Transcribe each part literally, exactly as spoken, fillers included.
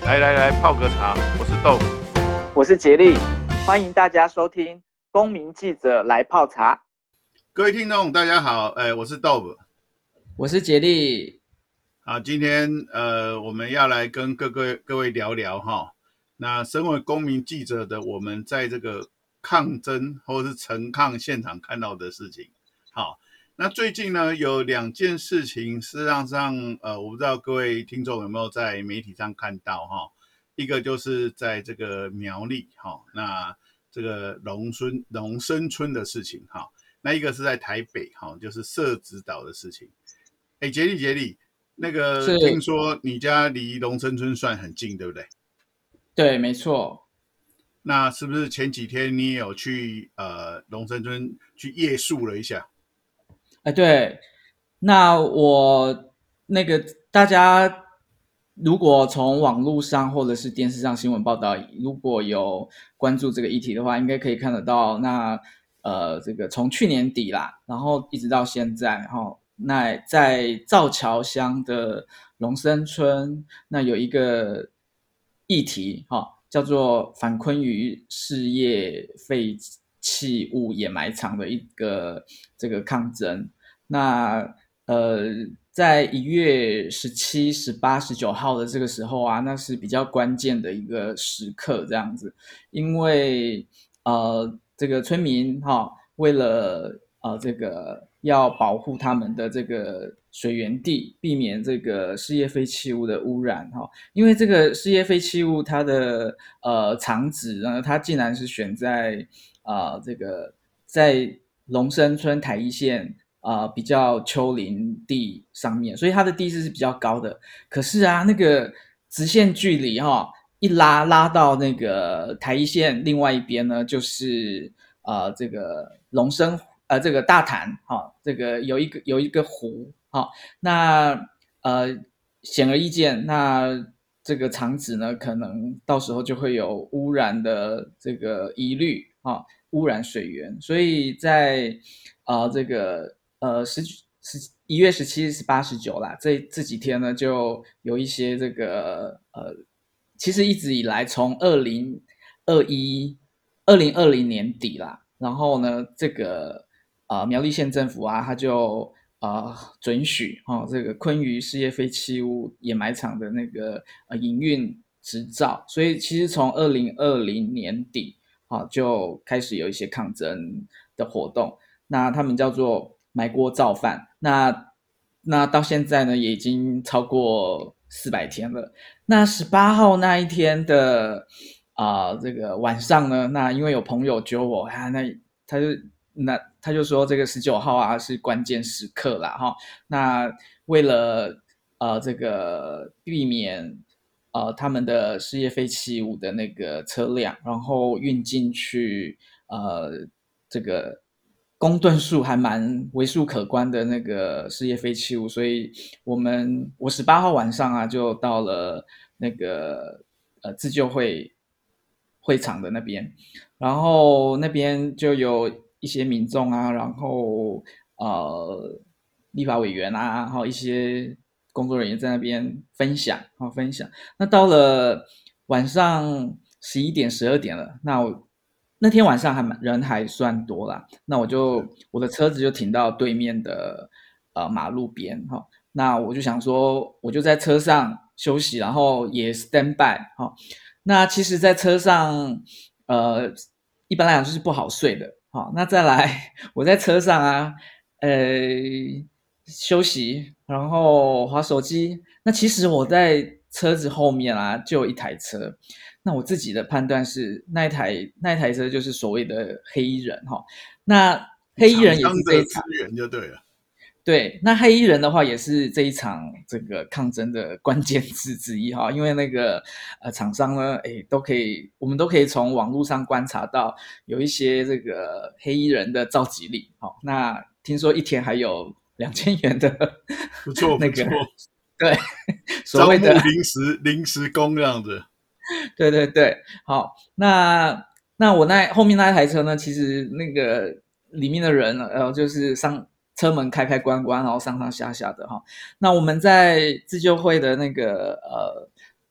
来来来，泡个茶，我是豆腐， 我是杰力，欢迎大家收听《公民记者来泡茶》。 各位听众大家好，哎，我是豆腐， 我是杰力。 好，今天呃我们要来跟各个各位聊聊哈。那身为公民记者的我们，在这个抗争或是陈抗现场看到的事情，好。那最近呢，有两件事情，事实上，呃，我不知道各位听众有没有在媒体上看到哈。一个就是在这个苗栗哈，那这个龙村龙生村的事情哈，那一个是在台北哈，就是社子岛的事情。哎，杰力杰力，那个听说你家离龙生村算很近，对不对？ 对，没错。 那是不是前几天你也有去呃龙生村去夜宿了一下？ 哎，对，那我那个大家如果从网络上或者是电视上新闻报道，如果有关注这个议题的话，应该可以看得到。那呃，这个从去年底啦，然后一直到现在，哈，那在造桥乡的龙生村，那有一个议题，哈，叫做反昆鱼事业废弃物掩埋场的一个这个抗争。那呃，在一月十七、十八、十九号的这个时候啊，那是比较关键的一个时刻，这样子，因为呃，这个村民哈、哦，为了呃这个要保护他们的这个水源地，避免这个事业废弃物的污染哈、哦，因为这个事业废弃物它的呃场址呢，它竟然是选在啊、呃、这个在龙生村台一线。呃，比较丘陵地上面，所以它的地势是比较高的。可是啊，那个直线距离哈、哦，一拉拉到那个台一线另外一边呢，就是呃这个龙生呃这个大潭哈、哦，这个有一个有一个湖哈、哦，那呃显而易见，那这个场址呢，可能到时候就会有污染的这个疑虑啊，污染水源，所以在呃这个。呃，十十一月十七、十八、十九啦，这这几天呢，就有一些这个呃，其实一直以来从二零二一、二零二零年底啦，然后呢，这个呃苗栗县政府啊，他就呃准许哈、哦、这个昆鱼事业废弃物掩埋场的那个呃营运执照，所以其实从二零二零年底啊、哦、就开始有一些抗争的活动，那他们叫做埋锅造饭，那那到现在呢，也已经超过四百天了。那十八号那一天的啊、呃，这个晚上呢，那因为有朋友揪我啊，那他就那他就说这个十九号啊是关键时刻啦哈。那为了呃这个避免呃他们的事业废弃物的那个车辆，然后运进去呃这个。公吨数还蛮为数可观的那个事业废弃物，所以我们我十八号晚上啊就到了那个呃自救会会场的那边，然后那边就有一些民众啊，然后呃立法委员啊，然后一些工作人员在那边分享，好分享。那到了晚上十一点、十二点了，那我。那天晚上还蛮人还算多啦，那我就我的车子就停到对面的呃马路边哈、哦，那我就想说我就在车上休息，然后也 stand by 哈、哦。那其实，在车上呃一般来讲就是不好睡的，好、哦，那再来我在车上啊，呃休息，然后滑手机，那其实我在车子后面啊就有一台车。那我自己的判断是，那一台那一台车就是所谓的黑衣人哈。那黑衣人也是这一场资源就对了。 对，那黑衣人的话也是这一场这个抗争的关键字之一哈，因为那个呃厂商呢，哎都可以，我们都可以从网络上观察到有一些这个黑衣人的召集力。好，那听说一天还有两千元的不错那个不错， 对，所谓的招募临时临时工这样子。 对对对，好，那那我那后面那一台车呢，其实那个里面的人，呃，就是上车门开开关关，然后上上下下的哈。那我们在自救会的那个呃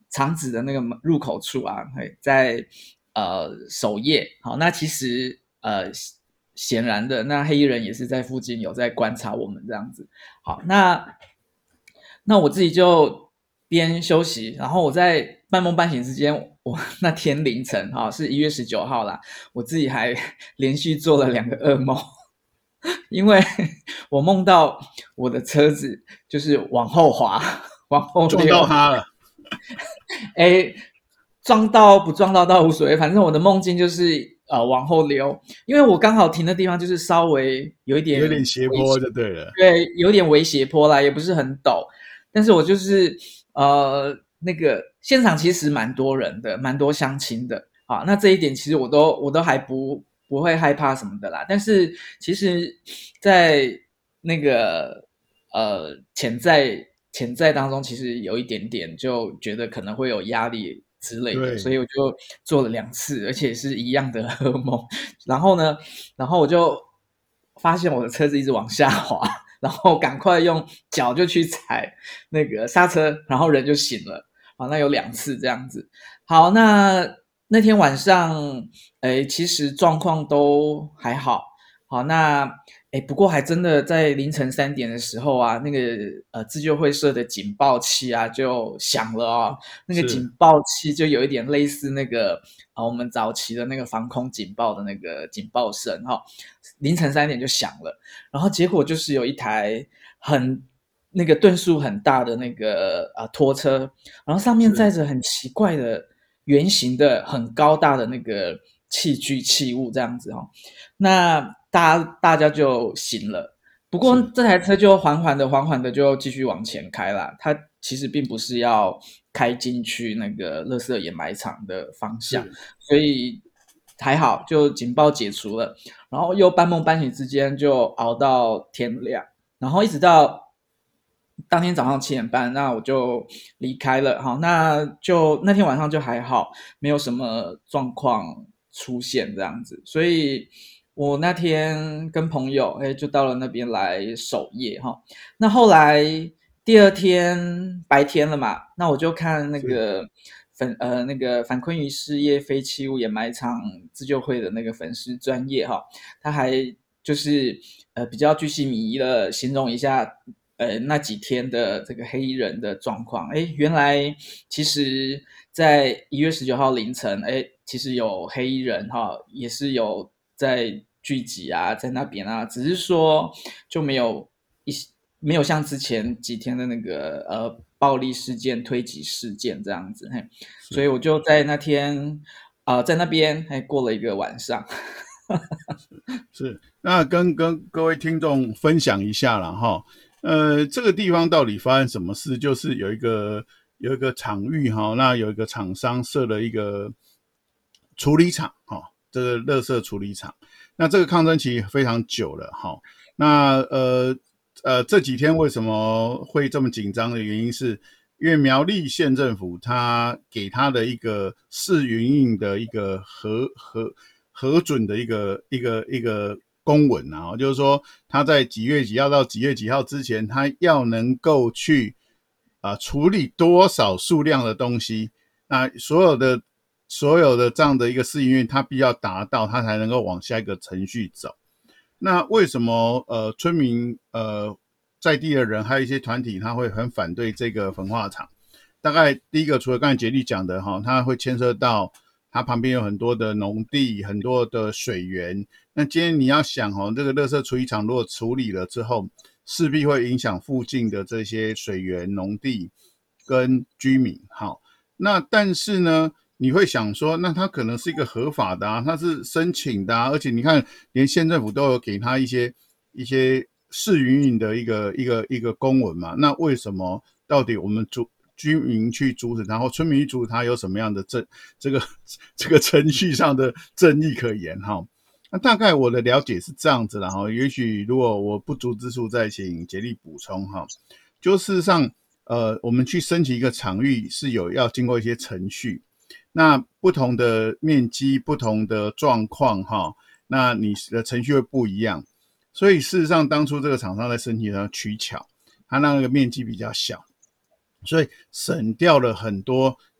厂址的那个入口处啊，在呃守夜。好，那其实呃显然的，那黑衣人也是在附近有在观察我们这样子。好，那那我自己就边休息，然后我在半梦半醒之间，我那天凌晨哈是一月十九号啦，我自己还连续做了两个噩梦。因为我梦到我的车子就是往后滑，往后撞到他了。 哎，撞到不撞到倒无所谓，反正我的梦境就是呃往后溜，因为我刚好停的地方就是稍微有一点有点斜坡就对了。 对，有点微斜坡啦，也不是很陡，但是我就是呃那个现场其实蛮多人的，蛮多乡亲的啊，那这一点其实我都我都还不不会害怕什么的啦，但是其实在那个呃潜在潜在当中，其实有一点点就觉得可能会有压力之类的，所以我就做了两次，而且是一样的噩梦。然后呢，然后我就发现我的车子一直往下滑，然后赶快用脚就去踩那个刹车，然后人就醒了。好，那有两次这样子。好，那那天晚上，诶，其实状况都还好。好，那诶，不过还真的在凌晨三点的时候啊，那个呃自救会社的警报器啊就响了哦。那个警报器就有一点类似那个啊我们早期的那个防空警报的那个警报声哈、哦，凌晨三点就响了。然后结果就是有一台很那个吨数很大的那个呃拖车，然后上面载着很奇怪的圆形的很高大的那个器具器物这样子哈、哦，那大家大家就醒了。不过这台车就缓缓的缓缓的就继续往前开啦，它其实并不是要开进去那个垃圾掩埋场的方向，所以还好就警报解除了，然后又半梦半醒之间就熬到天亮，然后一直到当天早上七点半，那我就离开了。好，那就那天晚上就还好，没有什么状况出现这样子，所以我那天跟朋友哎就到了那边来守夜哈。那后来第二天白天了嘛，那我就看那个粉呃那个反昆鱼事业废弃物掩埋场自救会的那个粉丝专业哈，他还就是呃比较巨细靡遗的形容一下。呃，那几天的这个黑衣人的状况，哎，原来其实在一月十九号凌晨，哎，其实有黑衣人哈，也是有在聚集啊，在那边啊，只是说就没有一没有像之前几天的那个呃暴力事件、推挤事件这样子，嘿，所以我就在那天啊、呃，在那边还过了一个晚上。 是，那跟跟各位听众分享一下啦哈。呃，这个地方到底发生什么事？就是有一个有一个场域哈，那有一个厂商设了一个处理厂哈，这个垃圾处理厂。那这个抗争期非常久了哈。那呃呃这几天为什么会这么紧张的原因是，因为苗栗县政府他给他的一个试营运的一个核核核准的一个一个一个公文啊，就是说他在几月几号到几月几号之前，他要能够去啊、呃、处理多少数量的东西，那所有的所有的这样的一个试营运，他必须要达到，他才能够往下一个程序走。那为什么呃村民呃在地的人还有一些团体他会很反对这个焚化厂？大概第一个，除了刚才杰利讲的哈，它会牵涉到它旁边有很多的农地，很多的水源。那今天你要想哦，这个垃圾处理厂如果处理了之后，势必会影响附近的这些水源、农地跟居民。好，那但是呢，你会想说，那它可能是一个合法的啊，它是申请的啊，而且你看，连县政府都有给他一些一些试营运的一个一个一个公文嘛。那为什么到底我们主居民去阻止他，或村民去阻止他，有什么样的正这个这个程序上的正义可言哈？那大概我的了解是这样子啦哈，也许如果我不足之处，再请杰利补充哈。就事实上，呃，我们去申请一个场域是有要经过一些程序，那不同的面积、不同的状况哈，那你的程序会不一样。所以事实上，当初这个厂商在申请上取巧，它那个面积比较小。所以省掉了很多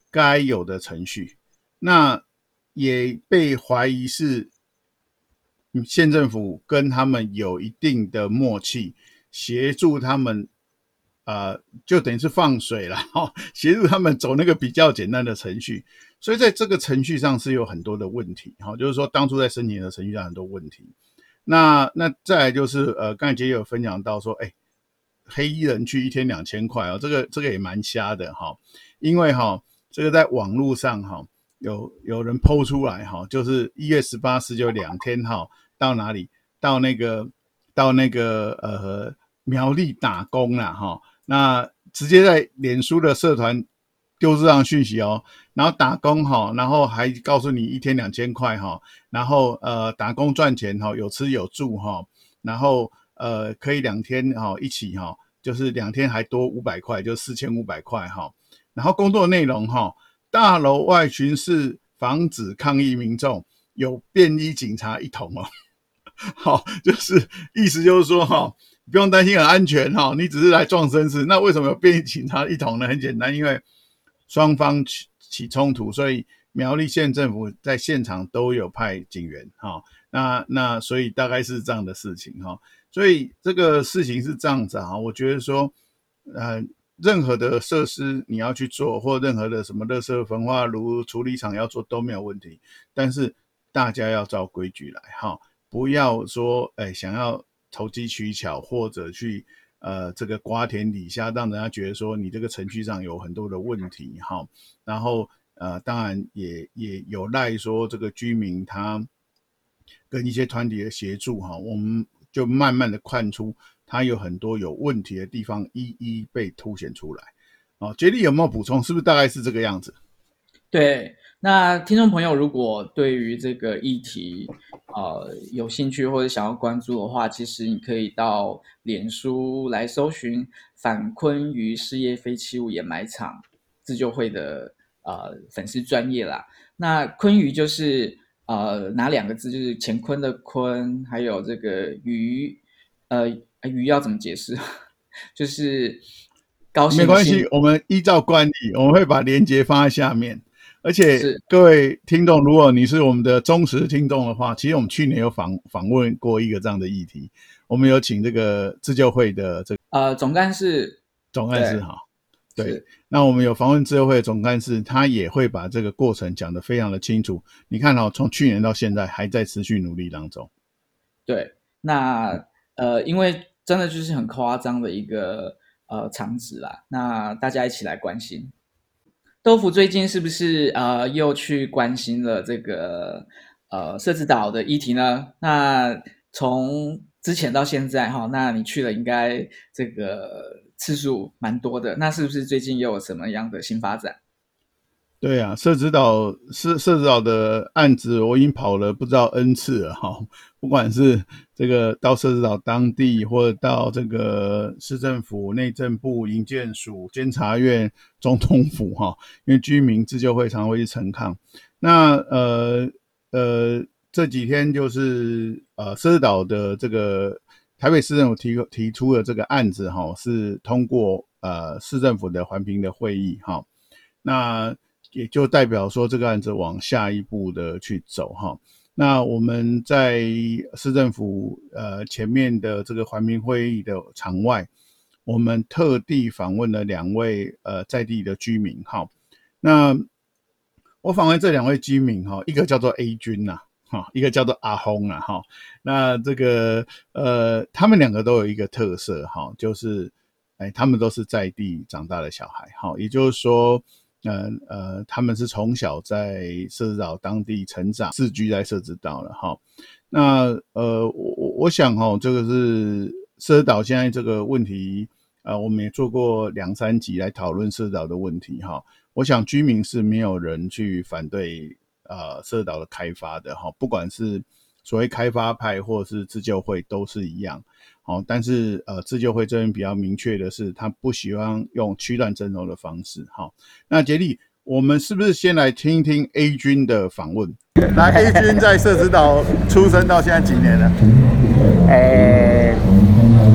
该有的程序，那也被怀疑是县政府跟他们有一定的默契，协助他们呃，就等于是放水啦，哦，协助他们走那个比较简单的程序，所以在这个程序上是有很多的问题，哦，就是说当初在申请的程序上很多问题。那那再来就是呃，刚才杰也有分享到说，哎，黑衣人去一天两千块哦，这个这个也蛮瞎的哈，哦，因为哈，哦，这个在网络上哈，哦，有有人 po 出来哈，哦，就是一月十八、十九两天哈，哦，到哪里？到那个到那个呃苗栗打工啦哈。哦，那直接在脸书的社团丢这样讯息哦，然后打工哈，然后还告诉你一天两千块哈，然后呃打工赚钱哈，有吃有住哈，然后呃可以两天哈一起哈，就是两天还多五百块，就四千五百块哈。然后工作内容哈，大楼外巡视，防止抗议民众，有便衣警察一同哦。好，就是意思就是说哈，不用担心很安全哈，你只是来撞绅士。那为什么有便衣警察一同呢？很简单，因为双方起起冲突，所以苗栗县政府在现场都有派警员哈。那那所以大概是这样的事情哈。所以这个事情是这样子啊，我觉得说，呃，任何的设施你要去做，或任何的什么垃圾焚化炉处理厂要做都没有问题，但是大家要照规矩来哈。不要说哎想要投机取巧，或者去呃这个瓜田李下，让人家觉得说你这个程序上有很多的问题哈。然后呃当然也也有赖说这个居民他跟一些团体的协助哈，我们就慢慢的看出他有很多有问题的地方一一被凸显出来。哦，杰利有没有补充？是不是大概是这个样子？ 对，那听众朋友如果对于这个议题呃有兴趣或者想要关注的话，其实你可以到脸书来搜寻反鲲鱼事业废弃物掩埋场自救会的呃粉丝专页啦。那鲲鱼就是呃哪两个字？就是乾坤的坤，还有这个鱼，呃鱼要怎么解释？就是高兴的没关系，我们依照惯例，我们会把连结放在下面。而且各位听众，如果你是我们的忠实听众的话，其实我们去年有访访问过一个这样的议题，我们有请这个自救会的这个呃总干事， 总干事哈，对，那我们有访问自救会的总干事，他也会把这个过程讲得非常的清楚。你看哦，从去年到现在还在持续努力当中。 对，那呃，因为真的就是很夸张的一个呃场址啦，那大家一起来关心。豆腐最近是不是呃又去关心了这个呃社子岛的议题呢？那从之前到现在哈，那你去了应该这个次数蛮多的，那是不是最近又有什么样的新发展？ 对啊，社子岛社社子岛的案子我已经跑了不知道 N 次了哈，不管是这个到社子岛当地，或者到这个市政府、内政部、营建署、监察院、总统府哈，因为居民自救会常会去陈抗。那呃呃这几天就是呃社子岛的这个台北市政府提提出的这个案子哈，是通过呃市政府的环评的会议哈，那也就代表说这个案子往下一步的去走哈。那我们在市政府呃前面的这个环评会议的场外，我们特地访问了两位呃在地的居民哈。那我访问这两位居民哈，一个叫做 A 君呐、啊，一个叫做阿轰啊哈。那这个呃他们两个都有一个特色哈，就是哎他们都是在地长大的小孩哈，也就是说。呃呃，他们是从小在社子岛当地成长，自居在社子岛了哈。那呃，我我想哈，这个是社子岛现在这个问题，呃，我们也做过两三集来讨论社子岛的问题哈。我想居民是没有人去反对呃社子岛的开发的哈，不管是所谓开发派或是自救会都是一样。好，但是呃，自救会这边比较明确的是，他不喜欢用区段征收的方式。好，那杰利，我们是不是先来听一听 A 君的访问？来 ，A 君在社子岛出生到现在几年了？ 诶、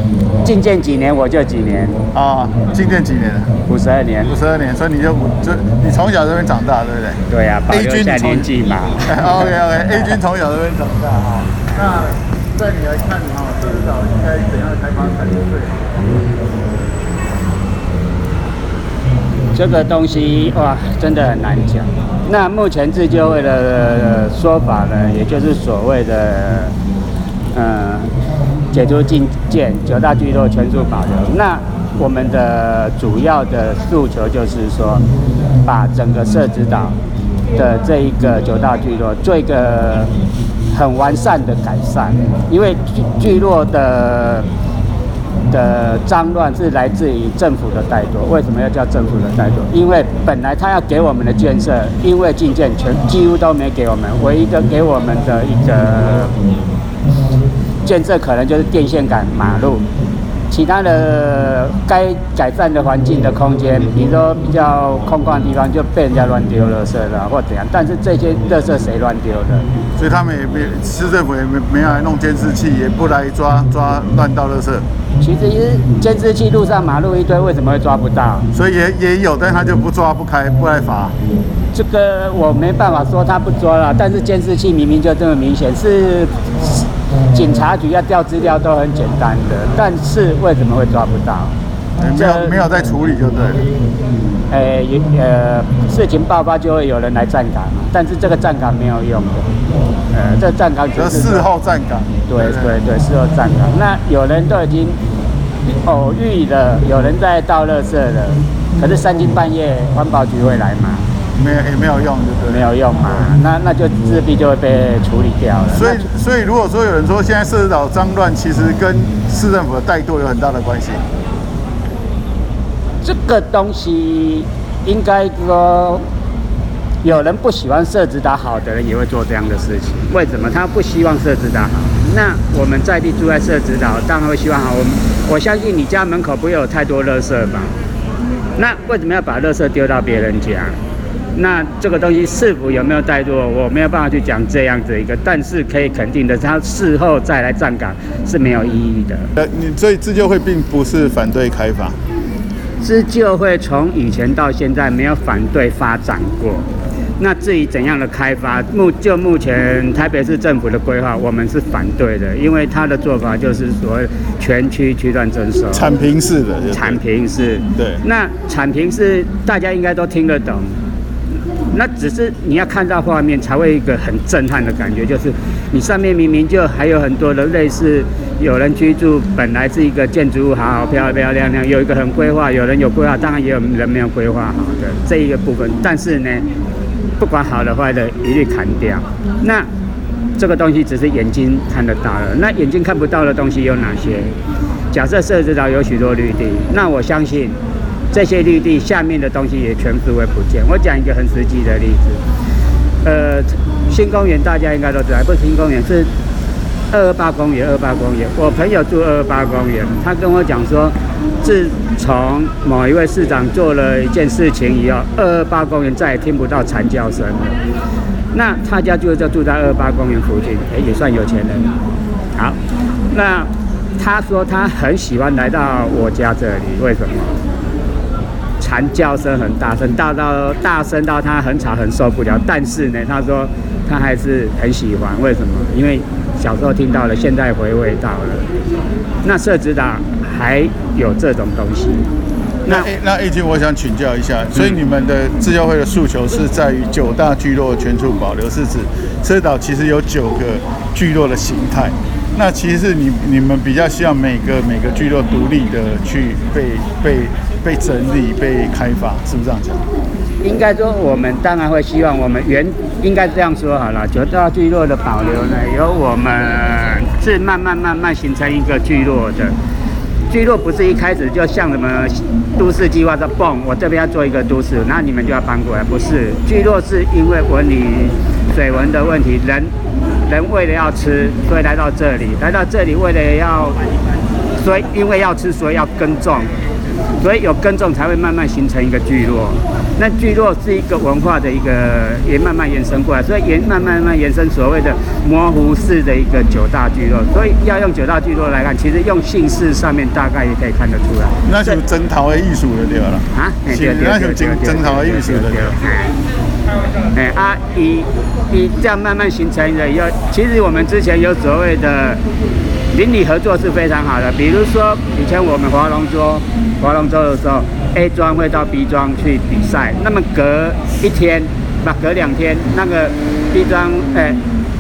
进建几年我就几年。 啊，进店几年了？ 五十二年。 五十二年，所以你就就你从小这边长大，对不对？ 对呀、啊，保留下年纪嘛。 OK OK，A 君从小这边长大哈。那在你来看哈，社子岛应该怎样的开发才是最好的？ 这个东西哇，真的很难讲。那目前自救会的说法呢，也就是所谓的，呃，解除禁建，九大聚落全数保留。那我们的主要的诉求就是说，把整个社子岛的这一个九大聚落做一个很完善的改善，因为聚聚落的。的脏乱是来自于政府的怠惰。为什么要叫政府的怠惰？因为本来他要给我们的建设，因为禁建全几乎都没给我们，唯一的给我们的一个建设可能就是电线杆、马路，其他的该改善的环境的空间，比如说比较空旷的地方就被人家乱丢垃圾了或怎样，但是这些垃圾谁乱丢的？ 所以他们也没，市政府也没没来弄监视器，也不来抓抓乱倒垃圾。 其实监视器路上马路一堆，为什么会抓不到？ 所以也也有，但他就不抓不开，不来罚。 这个我没办法说他不抓了，但是监视器明明就这么明显，是警察局要调资料都很简单的，但是为什么会抓不到？ 没有没有在处理就对了。 呃呃，事情爆发就会有人来站岗，但是这个站岗没有用的。呃，这站岗只是事后站岗。 对对对，事后站岗。那有人都已经偶遇了，有人在倒垃圾了，可是三更半夜环保局会来吗？ 没有也没有用，对不对？ 没有用嘛，那那就势必就会被处理掉了。 所以所以如果说有人说现在社子岛脏乱，其实跟市政府的怠惰有很大的关系。 这个东西应该说，有人不喜欢社子岛好的人也会做这样的事情。为什么？他不希望社子岛好。那我们在地住在社子岛，当然会希望好。我我相信你家门口不会有太多垃圾吧？那为什么要把垃圾丢到别人家？那这个东西是否有没有怠惰，我没有办法去讲这样子一个，但是可以肯定的，他事后再来站岗是没有意义的。 呃，你所以自救会并不是反对开发。 自救会从以前到现在没有反对发展过。那至于怎样的开发，目就目前台北市政府的规划，我们是反对的，因为他的做法就是所谓全区区段征收， 铲平式的， 铲平式。 对， 那铲平式大家应该都听得懂。那只是你要看到画面才会有一个很震撼的感觉，就是你上面明明就还有很多的类似有人居住，本来是一个建筑物好好漂漂亮亮，有一个很规划，有人有规划，当然也有人没有规划好的这一个部分，但是呢，不管好的坏的一律砍掉。那这个东西只是眼睛看得到了，那眼睛看不到的东西有哪些？假设社子岛有许多绿地，那我相信这些绿地下面的东西也全部会不见。我讲一个很实际的例子，呃，新公园大家应该都知道，不是新公园，是二二八公园。二二八公园，我朋友住二二八公园，他跟我讲说，自从某一位市长做了一件事情以后，二二八公园再也听不到惨叫声了。那他家就就住在二二八公园附近，哎，也算有钱人。好，那他说他很喜欢来到我家这里，为什么？惨叫声很大声，大到大声到他很吵很受不了。但是呢，他说他还是很喜欢，为什么？因为小时候听到了，现在回味到了。那社子岛还有这种东西。 那那 A 君，我想请教一下，所以你们的自救会的诉求是在于九大聚落全数保留，是指社子岛其实有九个聚落的形态。那其实是你你们比较希望每个每个聚落独立的去被被被整理、被开发，是不是这样讲？ 应该说，我们当然会希望我们原应该这样说好了，九大聚落的保留呢，由我们是慢慢慢慢形成一个聚落的。聚落不是一开始就像什么都市计划说蹦，我这边要做一个都市，那你们就要搬过来，不是。聚落是因为文理水文的问题，人人为了要吃，所以来到这里，来到这里为了要，所以因为要吃，所以要耕种。 所以有耕种才会慢慢形成一个聚落。那聚落是一个文化的一个也慢慢延伸过来，所以延慢慢慢延伸所谓的模糊式的一个九大聚落。所以要用九大聚落来看，其实用姓氏上面大概也可以看得出来。 那就征讨的艺术就对了啊， 是那就征征讨的艺术就对了。 哎啊，以以这样慢慢形成的以后，其实我们之前有所谓的邻里合作是非常好的。比如说以前我们划龙舟，划龙舟的时候 ，A 庄会到 B 庄去比赛，那么隔一天，不隔两天，那个 B 庄，哎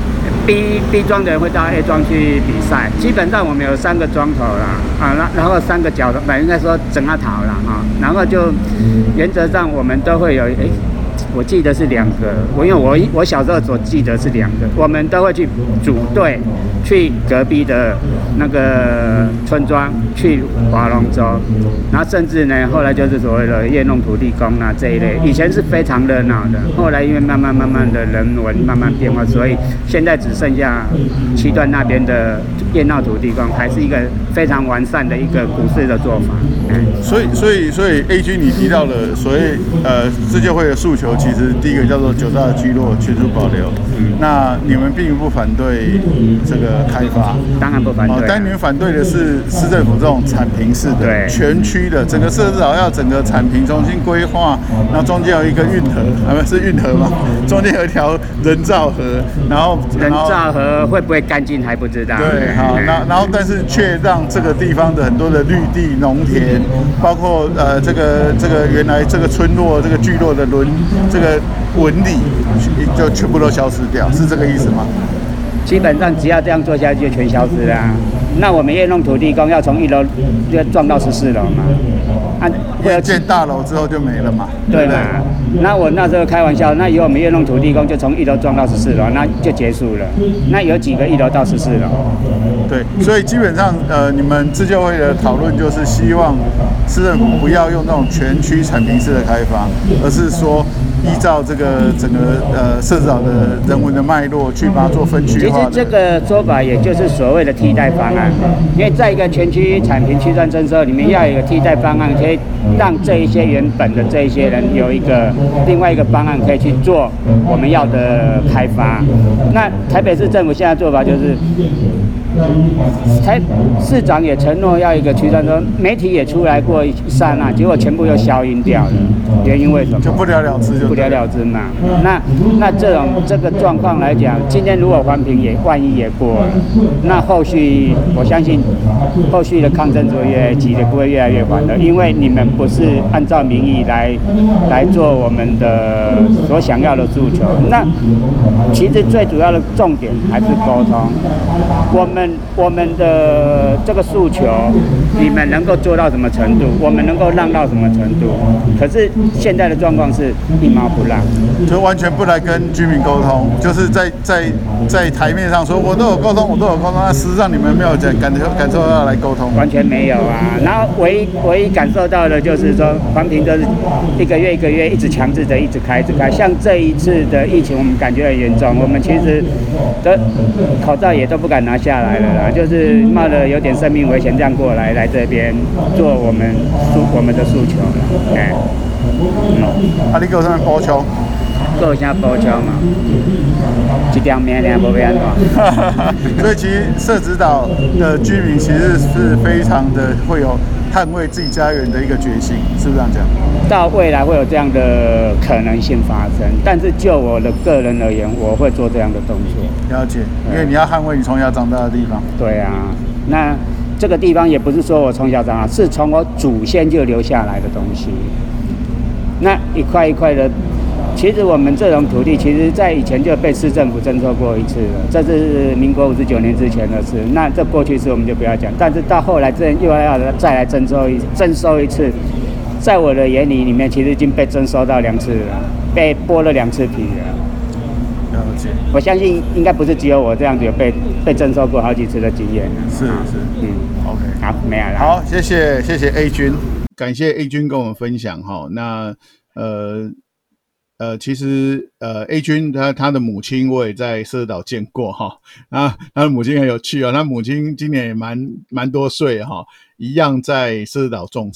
B B 庄的人会到 A 庄去比赛。基本上我们有三个庄头啦，啊，然然后三个角头，本应该说整个头啦，哈，然后就原则上我们都会有，哎。我记得是两个，我因为我我小时候所记得是两个，我们都会去组队去隔壁的那个村庄去划龙舟，然后甚至呢，后来就是所谓的夜弄土地公啊这一类，以前是非常热闹的，后来因为慢慢慢慢的人文慢慢变化，所以现在只剩下七段那边的夜闹土地公，还是一个非常完善的一个古式的做法。嗯， 所以所以所以 A 君你提到了所谓呃自救会的诉求。其实第一个叫做九大聚落全数保留，嗯，那你们并不反对这个开发， 当然不反对、啊。 哦，但你们反对的是市政府这种铲平式的全区的整个社子岛要整个铲平重新规划，然后中间有一个运河，啊不是运河吗？中间有一条人造河，然后人造河会不会干净还不知道。 对，好，那然后但是却让这个地方的很多的绿地、农田，包括呃这个这个原来这个村落、这个聚落的轮。这个纹理就全部都消失掉，是这个意思吗？ 基本上只要这样做下去，就全消失了、啊。那我们夜弄土地公要从一楼就撞到十四楼嘛，啊， 会建大楼之后就没了嘛？ 对嘛？那我那时候开玩笑，那以后我们夜弄土地公就从一楼撞到十四楼，那就结束了。那有几个一楼到十四楼？ 对，所以基本上呃，你们自救会的讨论就是希望市政府不要用那种全区铲平式的开发，而是说依照这个整个呃社子岛的人文的脉络去把它做分区化的。 其实这个说法也就是所谓的替代方案，因为在一个全区铲平区段征收里面，要有一个替代方案，可以让这一些原本的这一些人有一个另外一个方案可以去做我们要的开发。那台北市政府现在做法就是。台市长也承诺要一个区段说，媒体也出来过一刹那，结果全部又消音掉了。原因为什么？ 就不了了之就， 不了了之嘛。那那这种这个状况来讲，今天如果环评也万一也过了，那后续我相信后续的抗争只会越来越激烈，不会越来越缓的，因为你们不是按照民意来来做我们的所想要的诉求。那其实最主要的重点还是沟通。我们我们的这个诉求，你们能够做到什么程度？我们能够让到什么程度？可是现在的状况是一毛不让， 就完全不来跟居民沟通，就是在在在台面上说我都有沟通，我都有沟通，那事实上你们没有感感受感受到来沟通， 完全没有啊。然后唯一唯一感受到的就是说，环评都是一个月一个月一直强制的一直开一直开。像这一次的疫情，我们感觉很严重，我们其实的口罩也都不敢拿下来了啦，就是冒着有点生命危险这样过来来这边做我们诉我们的诉求了，哎。 嗯，啊，你给我上面补充？ 给我啥补充嘛？一条命俩无变喏。 所以其实社子岛的居民其实是非常的会有捍卫自己家园的一个决心，是不是这样讲？ 到未来会有这样的可能性发生，但是就我的个人而言，我会做这样的动作。 了解，因为你要捍卫你从小长大的地方。 对啊，那这个地方也不是说我从小长大，是从我祖先就留下来的东西。那一块一块的，其实我们这种土地，其实在以前就被市政府征收过一次了，这是民国五十九年之前的事。那这过去式我们就不要讲，但是到后来这又要再来征收一征收一次，在我的眼里里面，其实已经被征收到两次了，被剥了两次皮了。 了解。 我相信应该不是只有我这样子有被被征收过好几次的经验。 是是，嗯 ，OK， 好，没有了。 好，谢谢谢谢 A 君。感谢 A 君跟我们分享哈，那呃呃，其实呃 A 君他他的母亲我也在社子岛见过哈，啊他的母亲很有趣啊，他母亲今年也蛮蛮多岁哈，一样在社子岛种菜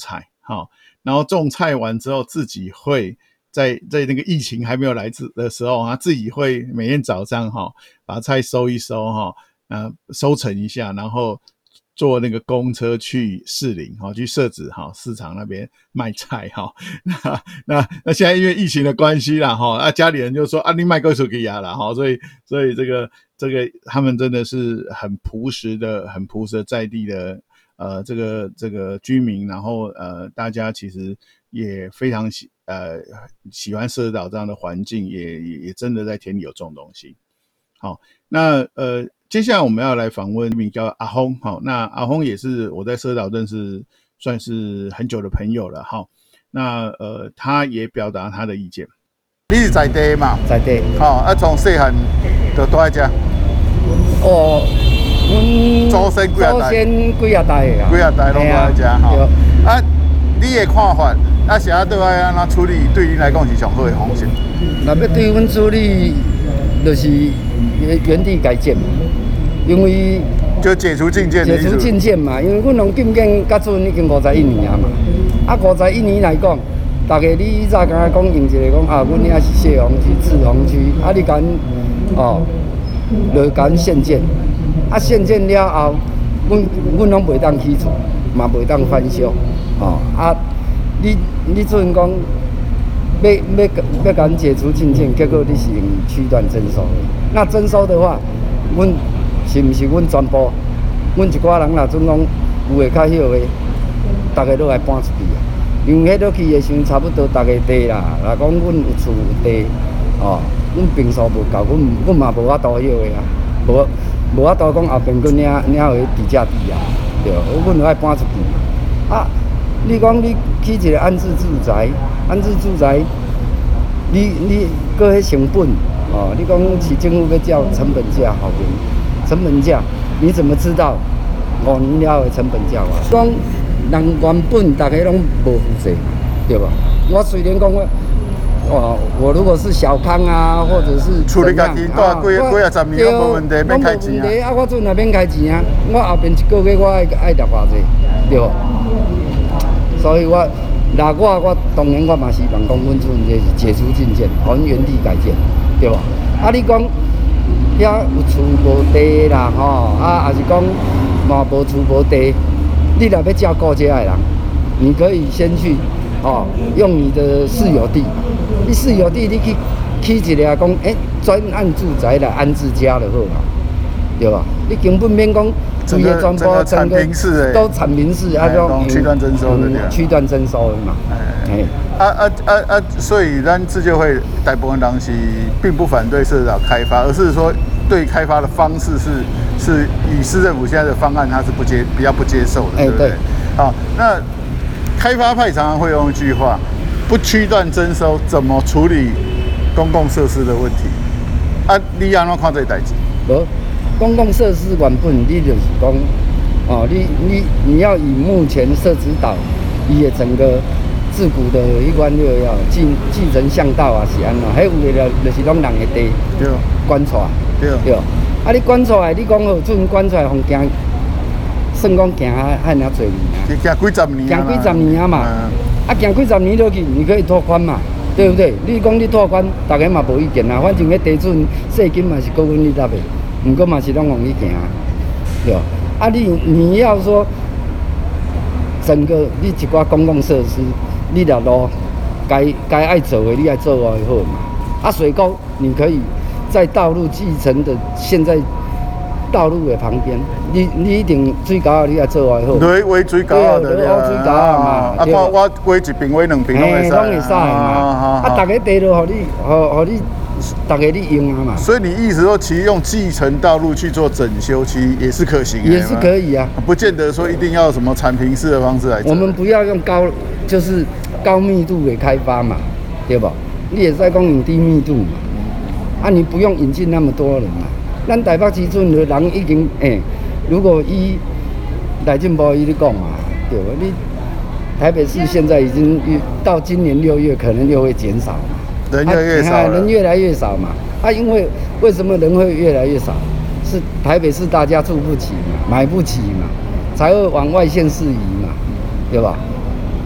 好，然后种菜完之后自己会在在那个疫情还没有来的时候，他自己会每天早上哈把菜收一收哈，呃收成一下，然后坐那个公车去士林哈，去社子哈市场那边卖菜哈。那那那现在因为疫情的关系啦哈，啊家里人就说啊你卖够手给牙啦哈，所以所以这个这个他们真的是很朴实的、很朴实的在地的呃这个这个居民，然后呃大家其实也非常喜呃喜欢社子岛这样的环境，也也也真的在田里有种东西。好，那呃。接下来我们要来访问一名叫阿轰，好，那阿轰也是我在社子岛认识算是很久的朋友了，好，那呃他也表达他的意见。 你是在地嘛？ 在地。 好、哦，啊，从细汉就住在这。 哦，阮祖先几啊代？ 祖先几啊代的啊？ 几啊代拢住在这吼。啊，你的看法，啊，是啊，倒爱安怎处理？对你来讲是上好的方式。 若要对阮处理，就是原地改建嘛。因为就解除禁建的意思。 解除禁建嘛，因为阮拢禁建甲准已经五十一年啊嘛。啊，五十一年来讲，大家你以早敢若讲用一个讲啊，阮遐是谢洪区、志洪区，啊，你敢哦，就敢限建，啊，限建了后，阮阮拢袂当起厝，嘛袂当翻修，哦，啊，你你阵讲要要要敢解除禁建，结果你是用区段征收的，那征收的话，阮。是毋是阮全部？阮一寡人若准讲有会较晓的，大家都来搬出去啊。因为迄落去的时阵，差不多大家地啦。若讲阮有厝有地，哦，阮平数无够，阮阮嘛无法度晓的啊。无无法度讲后边佫领领有地价地啊，对，阮就爱搬出去。啊，你讲你起一个安置住宅，安置住宅，你你佫迄成本，哦，你讲市政府要照成本价后边。成本价，你怎么知道五年了的成本价啊？讲人原本大家拢无负责，对吧？我虽然讲我，哦，我如果是小康啊，或者是处理家己大几几啊十年都无问题，免开钱啊。 啊，我阵也免开钱啊，我后边一个月我爱爱拿偌济，对吧？所以我，那我我当然我嘛希望讲，阮阵这是解除禁建，还原地改建，对吧？啊，你讲。遐有厝无地啦，吼、哦、啊，也是讲嘛无厝无地，你若要照顾这个人，你可以先去哦，用你的私有地，你私有地你去起一个讲，诶、欸，专案住宅来安置家就好啦，对吧？你根本免讲， 整个整个产平式都产平式，啊， 种区段征收的对。 区段征收的嘛。 哎，啊啊啊啊！所以咱自救会大部分人是并不反对社子岛开发，而是说对开发的方式是是以市政府现在的方案，它是不接比较不接受的，对不对？好，那开发派常常会用一句话：不区段征收，怎么处理公共设施的问题？啊，你安怎看这代志？ 无，公共设施原本你就是讲，哦，你你你要以目前社子岛伊的整个。自古的一关六要继继承巷道啊是安怎？还有的了就是拢人的地， 对， 管出来， 对， 对。啊，你管出来，你讲好，阵管出来，风行，算讲行啊，还哪侪年啊？ 行几十年行几十年啊嘛。啊，行几十年落去，你可以拓宽嘛，对不对？你讲你拓宽，大家嘛无意见啊。反正迄地准税金嘛是够阮你搭的，毋过嘛是拢往你行啊，对。啊，你你要说整个你一寡公共设施。你条路该该爱走的，你爱做完以后嘛。啊，水沟你可以在道路继承的现在道路的旁边，你你一定水沟你爱做完以后。 对，挖水沟啊，对对。挖水沟啊嘛。 啊，看我挖一边挖两边拢会使。 拢会使嘛。啊，大家地路互你，互互你，大家你用啊嘛。 所以你意思说，其实用继承道路去做整修，其实也是可行的。 也是可以啊。 不见得说一定要什么产平式的方式来做。 我们不要用高。就是高密度的开发嘛，对吧？你也在讲用低密度嘛，啊，你不用引进那么多人嘛。咱台北市阵的人已经诶、欸，如果依内政部伊咧讲嘛，对吧？你台北市现在已经到今年六月可能又会减少嘛， 人越来越少、 啊，人越来越少嘛。啊，因为为什么人会越来越少？是台北市大家住不起嘛，买不起嘛，才会往外县市移嘛，对吧？啊，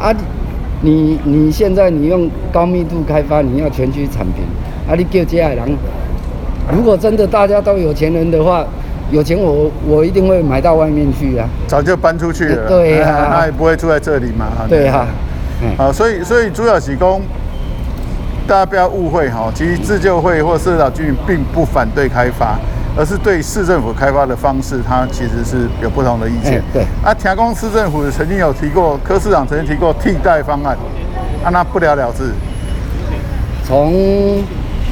啊，你你现在你用高密度开发，你要全区产品，啊，你叫这些人，如果真的大家都有钱人的话，有钱我我一定会买到外面去啊， 早就搬出去了。 对呀、啊， 他也不会住在这里嘛。 对啊， 啊，所以所以主要是讲，大家不要误会哈，其实自救会或社岛居民并不反对开发，而是对市政府开发的方式，它其实是有不同的意见。 欸、对。 啊，田公市政府曾经有提过，柯市长曾经提过替代方案，啊，那不了了之。 从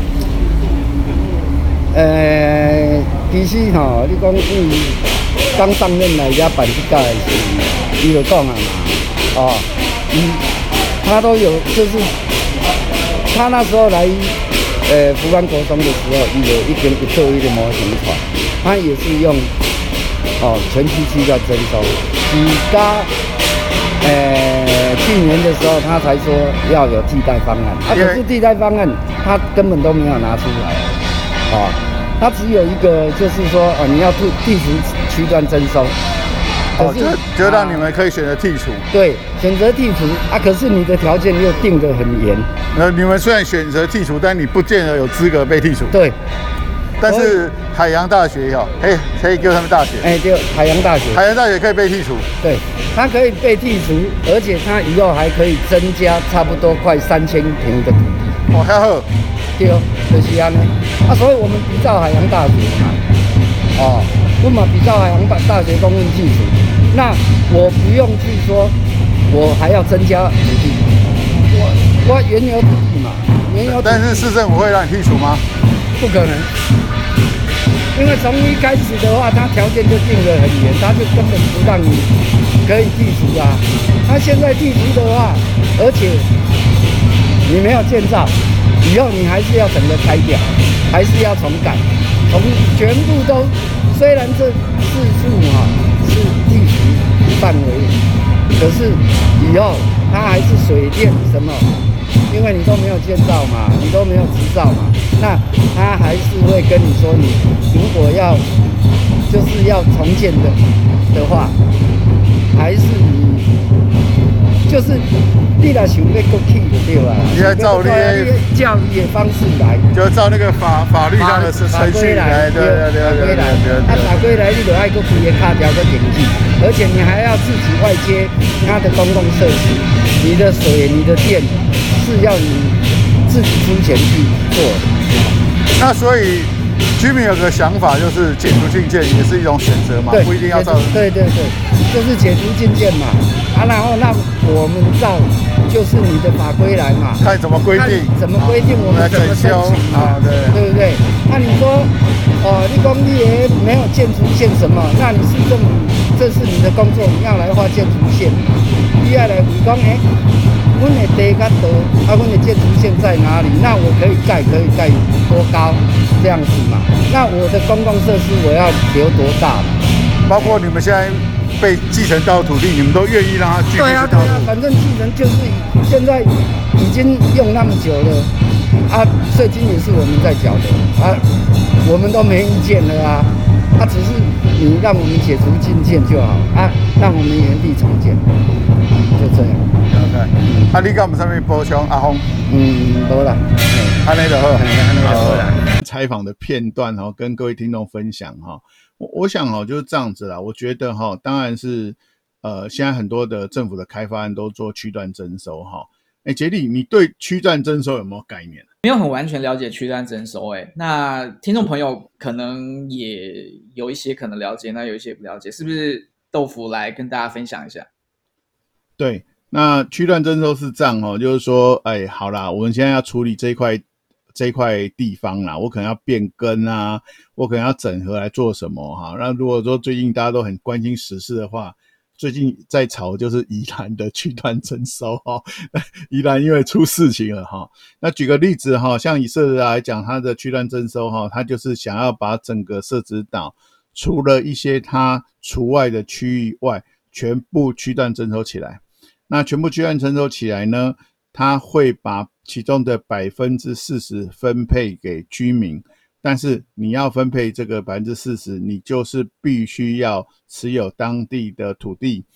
呃，其实吼，你讲伊刚上任来遮办这个时，伊就讲啊嘛，哦，伊他都有，就是他那时候来呃福冈国中的时候，伊就已经有做一个模型出来，他也是用哦全区区段征收，以加呃去年的时候他才说要有替代方案，啊，可是替代方案他根本都没有拿出来。啊，它只有一个，就是说，啊，你要剔剔除区段征收， 哦，就就让你们可以选择剔除。 对，选择剔除啊，可是你的条件又定得很严。 那你们虽然选择剔除，但你不见得有资格被剔除。 对， 但是海洋大学有，哎，可以给他们大学。 哎，对，海洋大学。 海洋大学可以被剔除。 对，它可以被剔除，而且它以后还可以增加差不多快三千平的土地。 哦，还好。 对，就是安尼。啊，所以我们比照海洋大学嘛，哦，我嘛比照海洋大学公认技术，那我不用去说，我还要增加土地，我我原有土地嘛，原有土地。 但是市政府会让你剔除吗？ 不可能，因为从一开始的话，它条件就定得很严，它就根本不让你可以剔除啊。它现在剔除的话，而且你没有建造。以后你还是要整个拆掉，还是要重改，从全部都，虽然这四处哈是地区范围，可是以后它还是水电什么，因为你都没有建造嘛，你都没有执照嘛，那它还是会跟你说，你如果要就是要重建的的话，还是你就是你若想要过去就对了， 你要照你的教育的方式来， 就照那个法法律上的程序来，对对对对对对。 啊，法规来你就爱个规个卡条个登记，而且你还要自己外接它的公共设施，你的水、你的电是要你自己出钱去做的。 那所以居民有个想法，就是解除禁建也是一种选择嘛，不一定要照。 对对对，就是解除禁建嘛。啊，然后那我们照就是你的法规来嘛， 看怎么规定， 怎么规定我们怎么申请嘛，对对不对？那你说，哦，你讲你也没有建筑线什么，那你市政府这是你的工作，你要来画建筑线，你要来讲，哎，我的地较多，啊，我的建筑线在哪里？那我可以盖，可以盖多高这样子嘛？那我的公共设施我要留多大嘛？ 包括你们现在被继承到土地，你们都愿意让它继续对啊，对啊，反正继承就是现在已经用那么久了啊，税金也是我们在缴的啊，我们都没意见了啊，啊，只是你让我们解除禁建就好啊，让我们原地重建，就这样。 OK， 啊，你敢有啥物补充？阿峰？ 嗯，无啦， 安尼就好，安尼就好啦。 采访的片段哈，跟各位听众分享哈。我我想哦，就是这样子啦。我觉得哈，当然是呃，现在很多的政府的开发案都做区段征收哈。哎，杰里，你对区段征收有没有概念？ 没有很完全了解区段征收，哎，那听众朋友可能也有一些可能了解，那有一些不了解，是不是豆腐来跟大家分享一下？ 对，那区段征收是这样哦，就是说，哎，好啦，我们现在要处理这一块。这一块地方啦，我可能要变更啊，我可能要整合来做什么哈？那如果说最近大家都很关心时事的话，最近在炒就是宜兰的区段征收哈，宜兰因为出事情了哈。那举个例子哈，像以社子来讲，它的区段征收哈，它就是想要把整个社子岛除了一些它除外的区域外，全部区段征收起来。那全部区段征收起来呢，它会把其中的 百分之四十 分配给居民，但是你要分配这个 百分之四十， 你就是必须要持有当地的土地，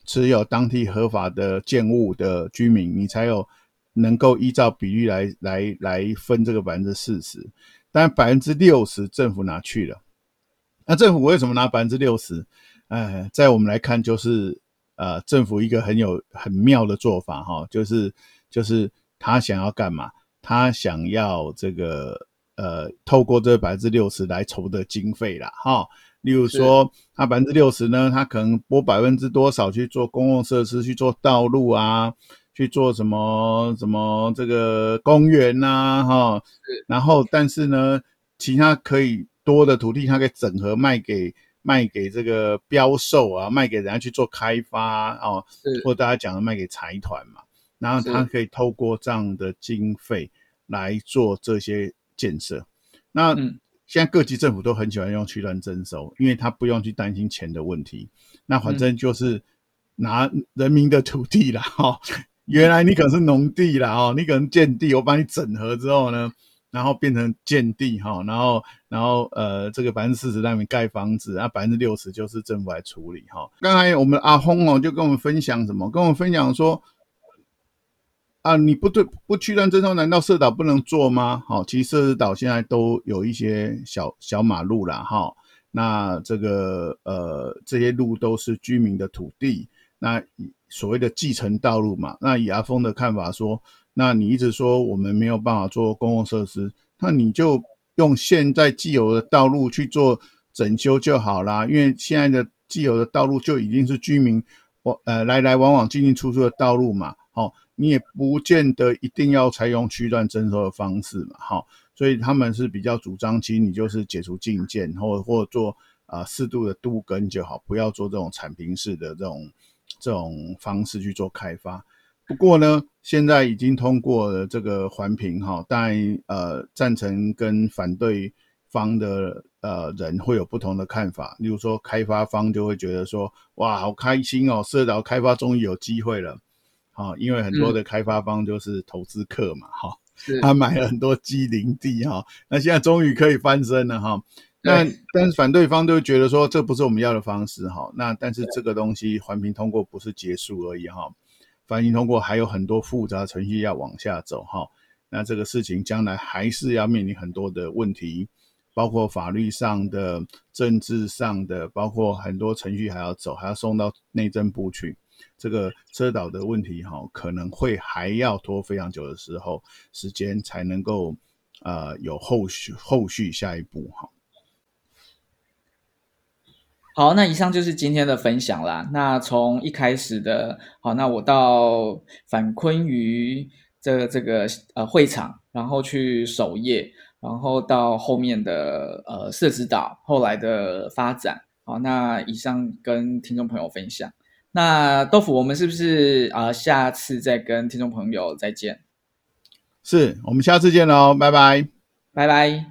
持有当地合法的建物的居民，你才有能够依照比率来来来分这个 百分之四十， 但 百分之六十 政府拿去了。那政府为什么拿 百分之六十？ 呃在我们来看就是呃政府一个很有很妙的做法齁，就是就是他想要干嘛？他想要这个呃透过这 百分之六十 来筹得经费啦齁。例如说他 百分之六十 呢，他可能拨百分之多少去做公共设施，去做道路啊，去做什么什么这个公园啊齁，然后但是呢其他可以多的土地它可以整合卖给卖给这个标售啊，卖给人家去做开发哦，或者大家讲的卖给财团嘛，然后他可以透过这样的经费来做这些建设。那、嗯、现在各级政府都很喜欢用区段征收，因为他不用去担心钱的问题，那反正就是拿人民的土地啦、哦、原来你可能是农地啦、哦、你可能建地，我把你整合之后呢然后变成建地齁，然后然后呃这个 百分之四十 在那边盖房子，啊 百分之六十 就是政府来处理齁。刚才我们阿轰哦就跟我们分享什么？跟我们分享说啊你不对不区段征收，难道社岛不能做吗？齁，其实社岛现在都有一些小小马路啦齁，那这个呃这些路都是居民的土地，那所谓的继承道路嘛，那以阿峰的看法说，那你一直说我们没有办法做公共设施，那你就用现在既有的道路去做整修就好啦，因为现在的既有的道路就已经是居民呃来来往往进进出出的道路嘛，齁，你也不见得一定要采用区段征收的方式嘛，齁，所以他们是比较主张，其实你就是解除禁建或或做啊、呃、适度的都更就好，不要做这种铲平式的这种这种方式去做开发。不过呢现在已经通过了这个环评齁，当然呃赞成跟反对方的呃人会有不同的看法，例如说开发方就会觉得说哇好开心哦，社岛开发终于有机会了齁，因为很多的开发方就是投资客嘛齁、嗯、他买了很多机灵地齁，那现在终于可以翻身了齁。那但是反对方都会觉得说这不是我们要的方式齁，那但是这个东西环评通过不是结束而已齁，环评通过还有很多复杂程序要往下走齁，那这个事情将来还是要面临很多的问题，包括法律上的、政治上的，包括很多程序还要走，还要送到内政部去。这个社岛的问题齁，可能会还要拖非常久的时候时间才能够呃有后续后续下一步齁。 好，那以上就是今天的分享啦。那从一开始的，好，那我到返昆于这个这个呃会场，然后去守夜，然后到后面的呃社子岛后来的发展，好，那以上跟听众朋友分享。那豆腐，我们是不是啊、呃、下次再跟听众朋友再见？ 是，我们下次见喽，拜拜， 拜拜。